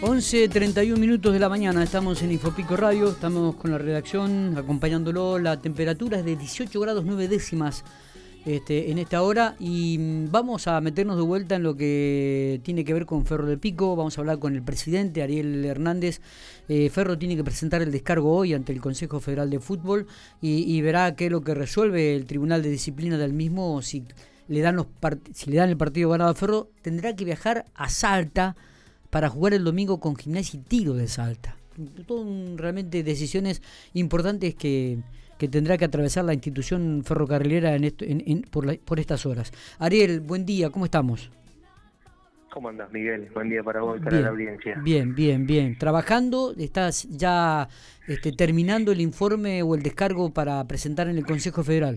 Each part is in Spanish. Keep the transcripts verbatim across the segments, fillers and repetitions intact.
once treinta y un minutos de la mañana, estamos en Infopico Radio, estamos con la redacción acompañándolo. La temperatura es de dieciocho grados nueve décimas este, en esta hora, y vamos a meternos de vuelta en lo que tiene que ver con Ferro de Pico. Vamos a hablar con el presidente Ariel Hernández. eh, Ferro tiene que presentar el descargo hoy ante el Consejo Federal de Fútbol y, y verá qué es lo que resuelve el Tribunal de Disciplina del mismo. Si le dan, los part- si le dan el partido ganado a Ferro, tendrá que viajar a Salta para jugar el domingo con Gimnasia y Tiro de Salta. Todo un, realmente decisiones importantes que, que tendrá que atravesar la institución ferrocarrilera en esto, en, en, por, la, por estas horas. Ariel, buen día, ¿cómo estamos? ¿Cómo andas, Miguel? Buen día para vos y para Bien, la audiencia. Bien, bien, bien. ¿Trabajando? ¿Estás ya este, terminando el informe o el descargo para presentar en el Consejo Federal?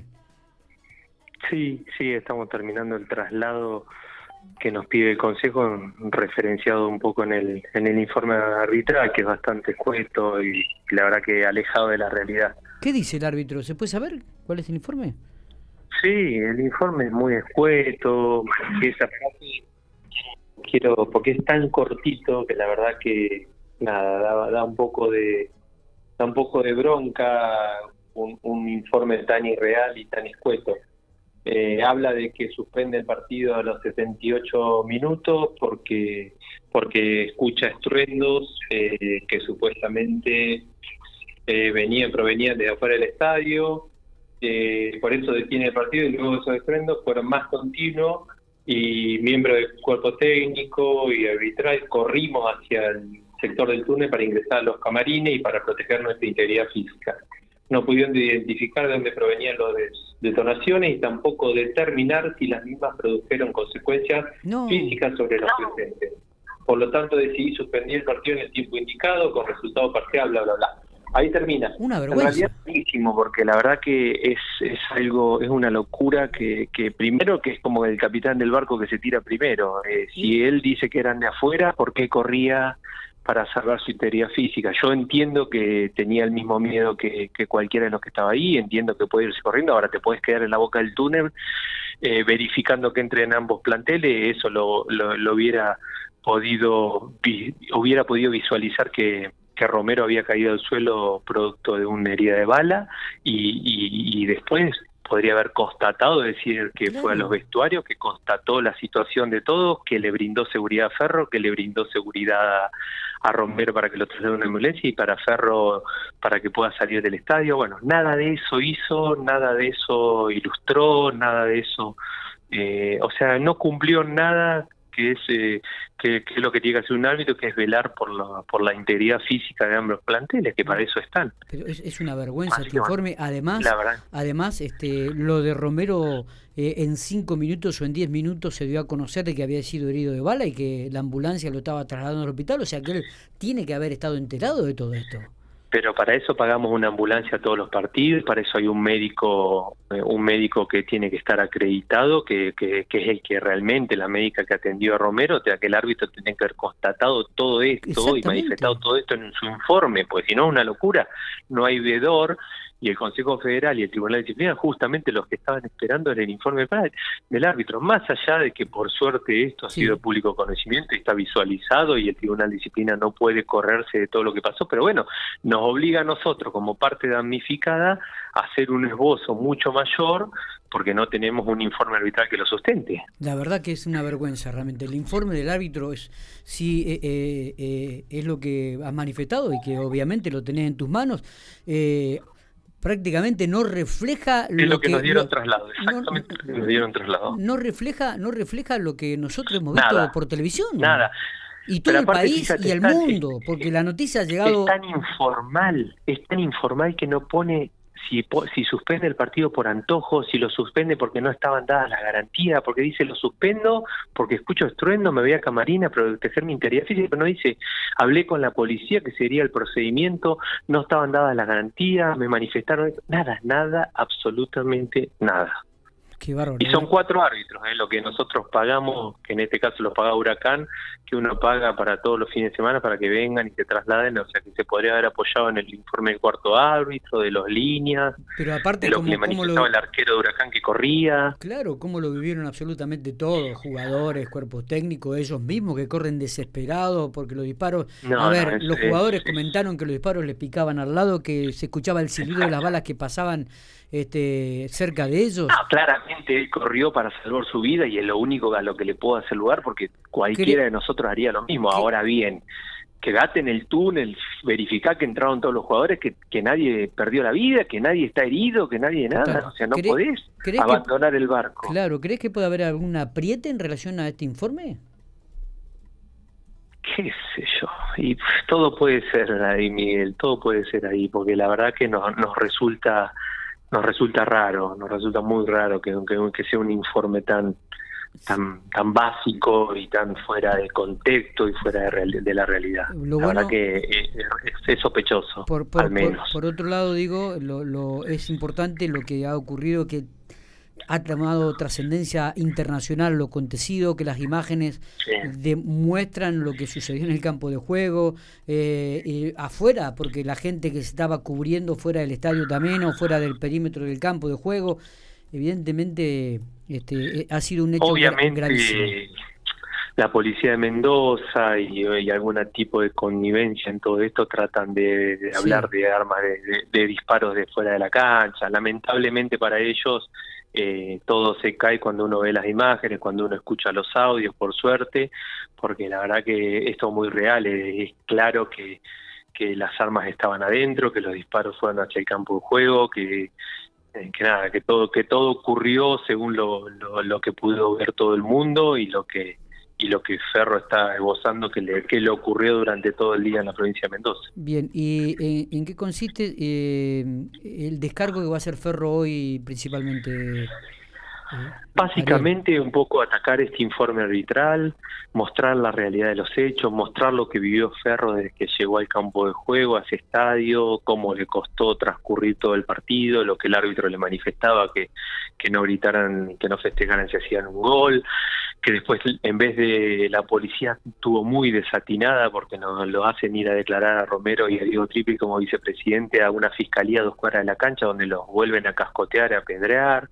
Sí, sí, estamos terminando el traslado que nos pide el Consejo, referenciado un poco en el en el informe arbitral, que es bastante escueto y, y la verdad que alejado de la realidad. ¿Qué dice el árbitro? ¿Se puede saber cuál es el informe? Sí, el informe es muy escueto, y esa parte quiero, porque es tan cortito que la verdad que nada, da, da un poco de da un poco de bronca un, un informe tan irreal y tan escueto. Eh, habla de que suspende el partido a los setenta y ocho minutos porque porque escucha estruendos eh, que supuestamente eh, venían provenían de afuera del estadio, eh, por eso detiene el partido, y luego esos estruendos fueron más continuos y miembros del cuerpo técnico y arbitral corrimos hacia el sector del túnel para ingresar a los camarines y para proteger nuestra integridad física. No pudieron identificar de dónde provenían las detonaciones y tampoco determinar si las mismas produjeron consecuencias no. físicas sobre los no. presentes. Por lo tanto, decidí suspender el partido en el tiempo indicado con resultado parcial, bla, bla, bla. Ahí termina. Una vergüenza. En realidad es buenísimo, porque la verdad que es es algo, es una locura que, que primero que es como el capitán del barco que se tira primero. Eh, ¿Sí? Si él dice que eran de afuera, ¿por qué corría para salvar su integridad física? Yo entiendo que tenía el mismo miedo que, que cualquiera de los que estaba ahí, entiendo que puede irse corriendo, ahora te puedes quedar en la boca del túnel eh, verificando que entre en ambos planteles, eso lo, lo, lo hubiera podido vi, hubiera podido visualizar que, que Romero había caído al suelo producto de una herida de bala y, y, y después podría haber constatado, decir que claro. fue a los vestuarios, que constató la situación de todos, que le brindó seguridad a Ferro, que le brindó seguridad a, a Romero para que lo traslade a una ambulancia y para Ferro para que pueda salir del estadio. Bueno, nada de eso hizo, nada de eso ilustró, nada de eso, eh, o sea, no cumplió nada que es eh, que, que es lo que tiene que hacer un árbitro, que es velar por la por la integridad física de ambos planteles, que para eso están. Pero es, es una vergüenza este informe. Además, además este lo de Romero eh, en cinco minutos o en diez minutos se dio a conocer de que había sido herido de bala y que la ambulancia lo estaba trasladando al hospital, o sea que él tiene que haber estado enterado de todo esto. Pero para eso pagamos una ambulancia a todos los partidos, para eso hay un médico eh, un médico que tiene que estar acreditado, que, que, que es el que realmente, la médica que atendió a Romero, o sea, que el árbitro tiene que haber constatado todo esto y manifestado todo esto en su informe, pues si no es una locura, no hay veedor. Y el Consejo Federal y el Tribunal de Disciplina, justamente los que estaban esperando en el informe del árbitro, más allá de que por suerte esto ha sí. sido público conocimiento y está visualizado y el Tribunal de Disciplina no puede correrse de todo lo que pasó, pero bueno, nos obliga a nosotros como parte damnificada a hacer un esbozo mucho mayor porque no tenemos un informe arbitral que lo sustente. La verdad que es una vergüenza realmente. El informe del árbitro es sí eh, eh, eh, es lo que has manifestado y que obviamente lo tenés en tus manos. Eh, prácticamente no refleja lo, es lo que, que nos dieron lo, traslado, exactamente no, lo que nos dieron traslado. No refleja, no refleja lo que nosotros hemos nada, visto por televisión. Nada. Y todo el país fíjate, y el tan, mundo, porque la noticia ha llegado... Es tan informal, es tan informal que no pone si si suspende el partido por antojo, si lo suspende porque no estaban dadas las garantías, porque dice lo suspendo porque escucho estruendo, me voy a camarina a proteger mi integridad física, pero no dice hablé con la policía que sería el procedimiento, no estaban dadas las garantías, me manifestaron, nada, nada, absolutamente nada. Qué bárbaro. Y son cuatro árbitros, ¿eh? Lo que nosotros pagamos, que en este caso los paga Huracán, que uno paga para todos los fines de semana para que vengan y se trasladen, o sea que se podría haber apoyado en el informe del cuarto árbitro, de los líneas, pero aparte, de lo como, que le manifestaba lo... el arquero de Huracán que corría. Claro, cómo lo vivieron absolutamente todos, jugadores, cuerpos técnicos, ellos mismos que corren desesperados porque los disparos... No, a ver, no, es, los jugadores es, comentaron que los disparos les picaban al lado, que se escuchaba el silbido de las balas que pasaban este cerca de ellos. No, claramente él corrió para salvar su vida y es lo único a lo que le puedo hacer lugar, porque cualquiera ¿Qué? de nosotros haría lo mismo. ¿Qué? Ahora bien, quedate en el túnel, verificá que entraron todos los jugadores, que, que nadie perdió la vida, que nadie está herido, que nadie nada. Claro. O sea, no podés abandonar que, el barco. Claro, ¿crees que puede haber alguna apriete en relación a este informe? Qué sé yo, y todo puede ser ahí, Miguel, todo puede ser ahí, porque la verdad que nos, nos resulta nos resulta raro, nos resulta muy raro que, que, que sea un informe tan tan tan básico y tan fuera de contexto y fuera de, real, de la realidad. Lo la bueno, verdad que es, es sospechoso, por, por, al menos. Por, por otro lado, digo, lo, lo es importante lo que ha ocurrido, que ha tomado trascendencia internacional lo acontecido, que las imágenes sí. demuestran lo que sucedió en el campo de juego, eh, eh, afuera, porque la gente que se estaba cubriendo fuera del estadio también o fuera del perímetro del campo de juego, evidentemente este, ha sido un hecho Obviamente, gravísimo. La policía de Mendoza y, y algún tipo de connivencia en todo esto tratan de, de hablar sí. de armas, de, de, de disparos de fuera de la cancha. Lamentablemente para ellos eh, todo se cae cuando uno ve las imágenes, cuando uno escucha los audios, por suerte, porque la verdad que esto es muy real, es, es claro que, que las armas estaban adentro, que los disparos fueron hacia el campo de juego, que que nada, que todo que todo ocurrió según lo, lo, lo que pudo ver todo el mundo y lo que y lo que Ferro está esbozando que le, que le ocurrió durante todo el día en la provincia de Mendoza. Bien, ¿y eh, en qué consiste eh, el descargo que va a hacer Ferro hoy principalmente? Eh, Básicamente Ariel. Un poco atacar este informe arbitral, mostrar la realidad de los hechos, mostrar lo que vivió Ferro desde que llegó al campo de juego, a ese estadio, cómo le costó transcurrir todo el partido, lo que el árbitro le manifestaba, que, que no gritaran, que no festejaran si hacían un gol, que después en vez de la policía estuvo muy desatinada porque nos lo hacen ir a declarar a Romero y a Diego Trippi como vicepresidente a una fiscalía a dos cuadras de la cancha donde los vuelven a cascotear y a apedrear.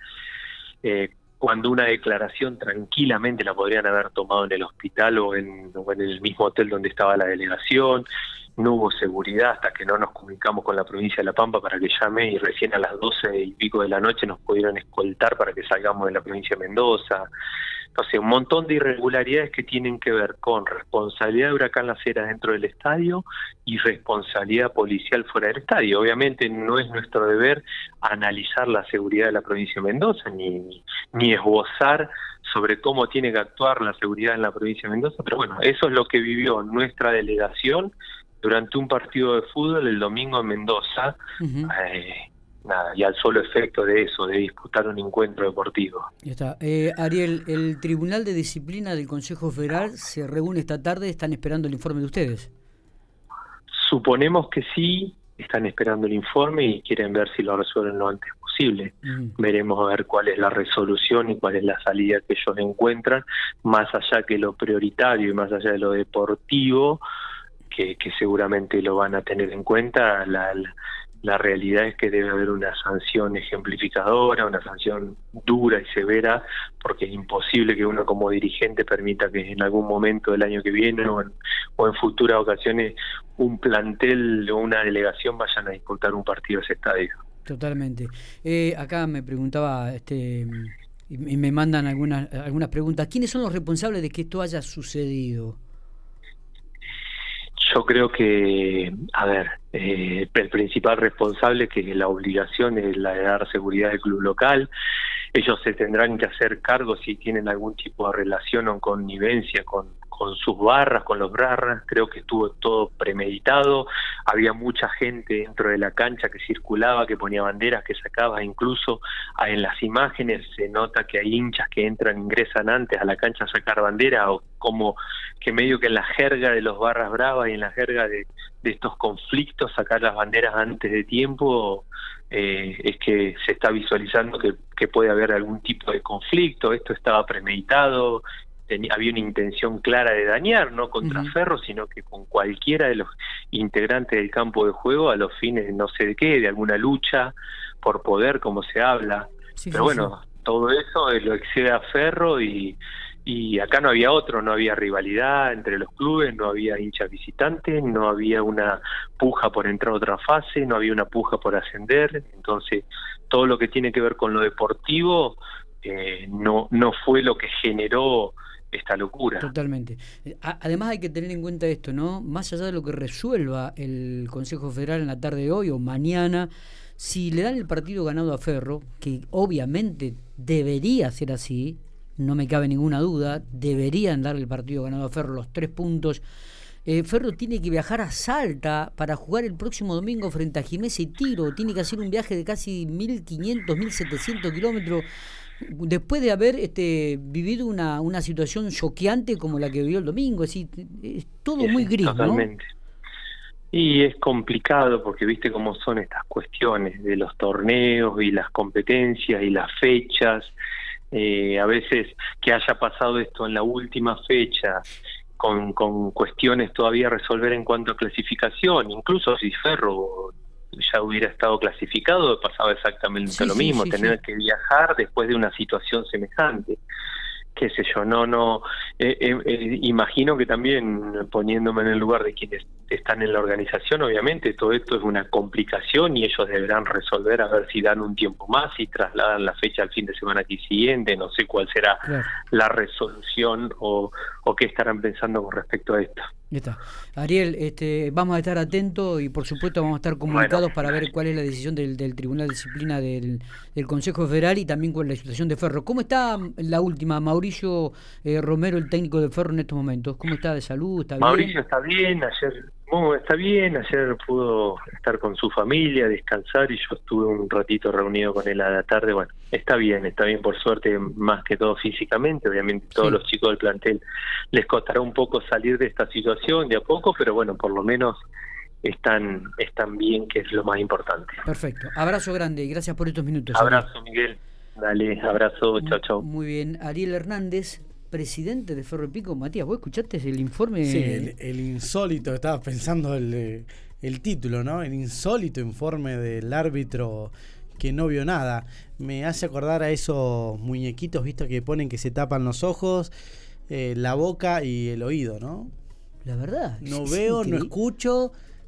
Eh, cuando una declaración tranquilamente la podrían haber tomado en el hospital o en, o en el mismo hotel donde estaba la delegación. No hubo seguridad hasta que no nos comunicamos con la provincia de La Pampa para que llame y recién a las doce y pico de la noche nos pudieron escoltar para que salgamos de la provincia de Mendoza. Entonces, un montón de irregularidades que tienen que ver con responsabilidad de Huracán Las Heras dentro del estadio y responsabilidad policial fuera del estadio. Obviamente no es nuestro deber analizar la seguridad de la provincia de Mendoza, ni, ni esbozar sobre cómo tiene que actuar la seguridad en la provincia de Mendoza, pero bueno, eso es lo que vivió nuestra delegación durante un partido de fútbol el domingo en Mendoza, uh-huh. eh, nada, y al solo efecto de eso, de disputar un encuentro deportivo. Ya está. Eh, Ariel, el Tribunal de Disciplina del Consejo Federal se reúne esta tarde, ¿están esperando el informe de ustedes? Suponemos que sí, están esperando el informe y quieren ver si lo resuelven lo antes posible. Uh-huh. Veremos a ver cuál es la resolución y cuál es la salida que ellos encuentran, más allá que lo prioritario y más allá de lo deportivo, que, que seguramente lo van a tener en cuenta. La, la, la realidad es que debe haber una sanción ejemplificadora, una sanción dura y severa, porque es imposible que uno como dirigente permita que en algún momento del año que viene o en, o en futuras ocasiones un plantel o una delegación vayan a disputar un partido de ese estadio. Totalmente. Eh, acá me preguntaba, este, y me mandan algunas algunas preguntas, ¿quiénes son los responsables de que esto haya sucedido? Yo creo que, a ver, eh, el principal responsable, que la obligación es la de dar seguridad al club local. Ellos se tendrán que hacer cargo si tienen algún tipo de relación o connivencia con, con sus barras, con los barras. Creo que estuvo todo premeditado. Había mucha gente dentro de la cancha que circulaba, que ponía banderas, que sacaba. Incluso en las imágenes se nota que hay hinchas que entran, ingresan antes a la cancha a sacar bandera o como que medio que en la jerga de los barras bravas y en la jerga de, de estos conflictos, sacar las banderas antes de tiempo, eh, es que se está visualizando que, que puede haber algún tipo de conflicto. Esto estaba premeditado, tenía, había una intención clara de dañar, no contra uh-huh. Ferro, sino que con cualquiera de los integrantes del campo de juego a los fines de no sé de qué, de alguna lucha por poder, como se habla. Sí, Pero sí, bueno, sí. todo eso lo excede a Ferro y, y acá no había otro, no había rivalidad entre los clubes, no había hinchas visitantes, no había una puja por entrar a otra fase, no había una puja por ascender. Entonces todo lo que tiene que ver con lo deportivo eh, no, no fue lo que generó esta locura. Totalmente. Además hay que tener en cuenta esto, ¿no? Más allá de lo que resuelva el Consejo Federal en la tarde de hoy o mañana, si le dan el partido ganado a Ferro, que obviamente debería ser así, no me cabe ninguna duda, deberían darle el partido ganado a Ferro, los tres puntos. Eh, Ferro tiene que viajar a Salta para jugar el próximo domingo frente a Gimesa y Tiro, tiene que hacer un viaje de casi mil quinientos, mil setecientos kilómetros, después de haber este, vivido una, una situación choqueante como la que vivió el domingo. Es decir, es todo muy gris, totalmente. ¿No? Y es complicado porque viste cómo son estas cuestiones de los torneos y las competencias y las fechas. Eh, a veces que haya pasado esto en la última fecha con, con cuestiones todavía a resolver en cuanto a clasificación, incluso si Ferro ya hubiera estado clasificado, pasaba exactamente sí, lo mismo, sí, sí, tener sí. que viajar después de una situación semejante. Qué sé yo, no, no, eh, eh, imagino que también poniéndome en el lugar de quienes están en la organización, obviamente todo esto es una complicación y ellos deberán resolver a ver si dan un tiempo más y trasladan la fecha al fin de semana siguiente, no sé cuál será claro. la resolución o, o qué estarán pensando con respecto a esto. Ya está. Ariel, este, vamos a estar atentos y por supuesto vamos a estar comunicados bueno, para ver cuál es la decisión del, del Tribunal de Disciplina del, del Consejo Federal y también con la situación de Ferro. ¿Cómo está la última, Mauricio eh, Romero, el técnico de Ferro en estos momentos? ¿Cómo está de salud? ¿Está Mauricio bien? está bien, ayer no, está bien, ayer pudo estar con su familia, descansar y yo estuve un ratito reunido con él a la tarde. Bueno, está bien, está bien por suerte, más que todo físicamente. Obviamente todos sí. los chicos del plantel les costará un poco salir de esta situación de a poco, pero bueno, por lo menos están están bien, que es lo más importante. Perfecto, abrazo grande y gracias por estos minutos. Abrazo, Ariel. Miguel. Dale, abrazo, chao, chao. Muy bien, Ariel Hernández, presidente de Ferro Pico. Matías, ¿vos escuchaste el informe? Sí, el, el insólito, estaba pensando el, el título, ¿no? El insólito informe del árbitro que no vio nada. Me hace acordar a esos muñequitos, ¿visto? Que ponen que se tapan los ojos, eh, la boca y el oído, ¿no? La verdad. No veo, no escucho,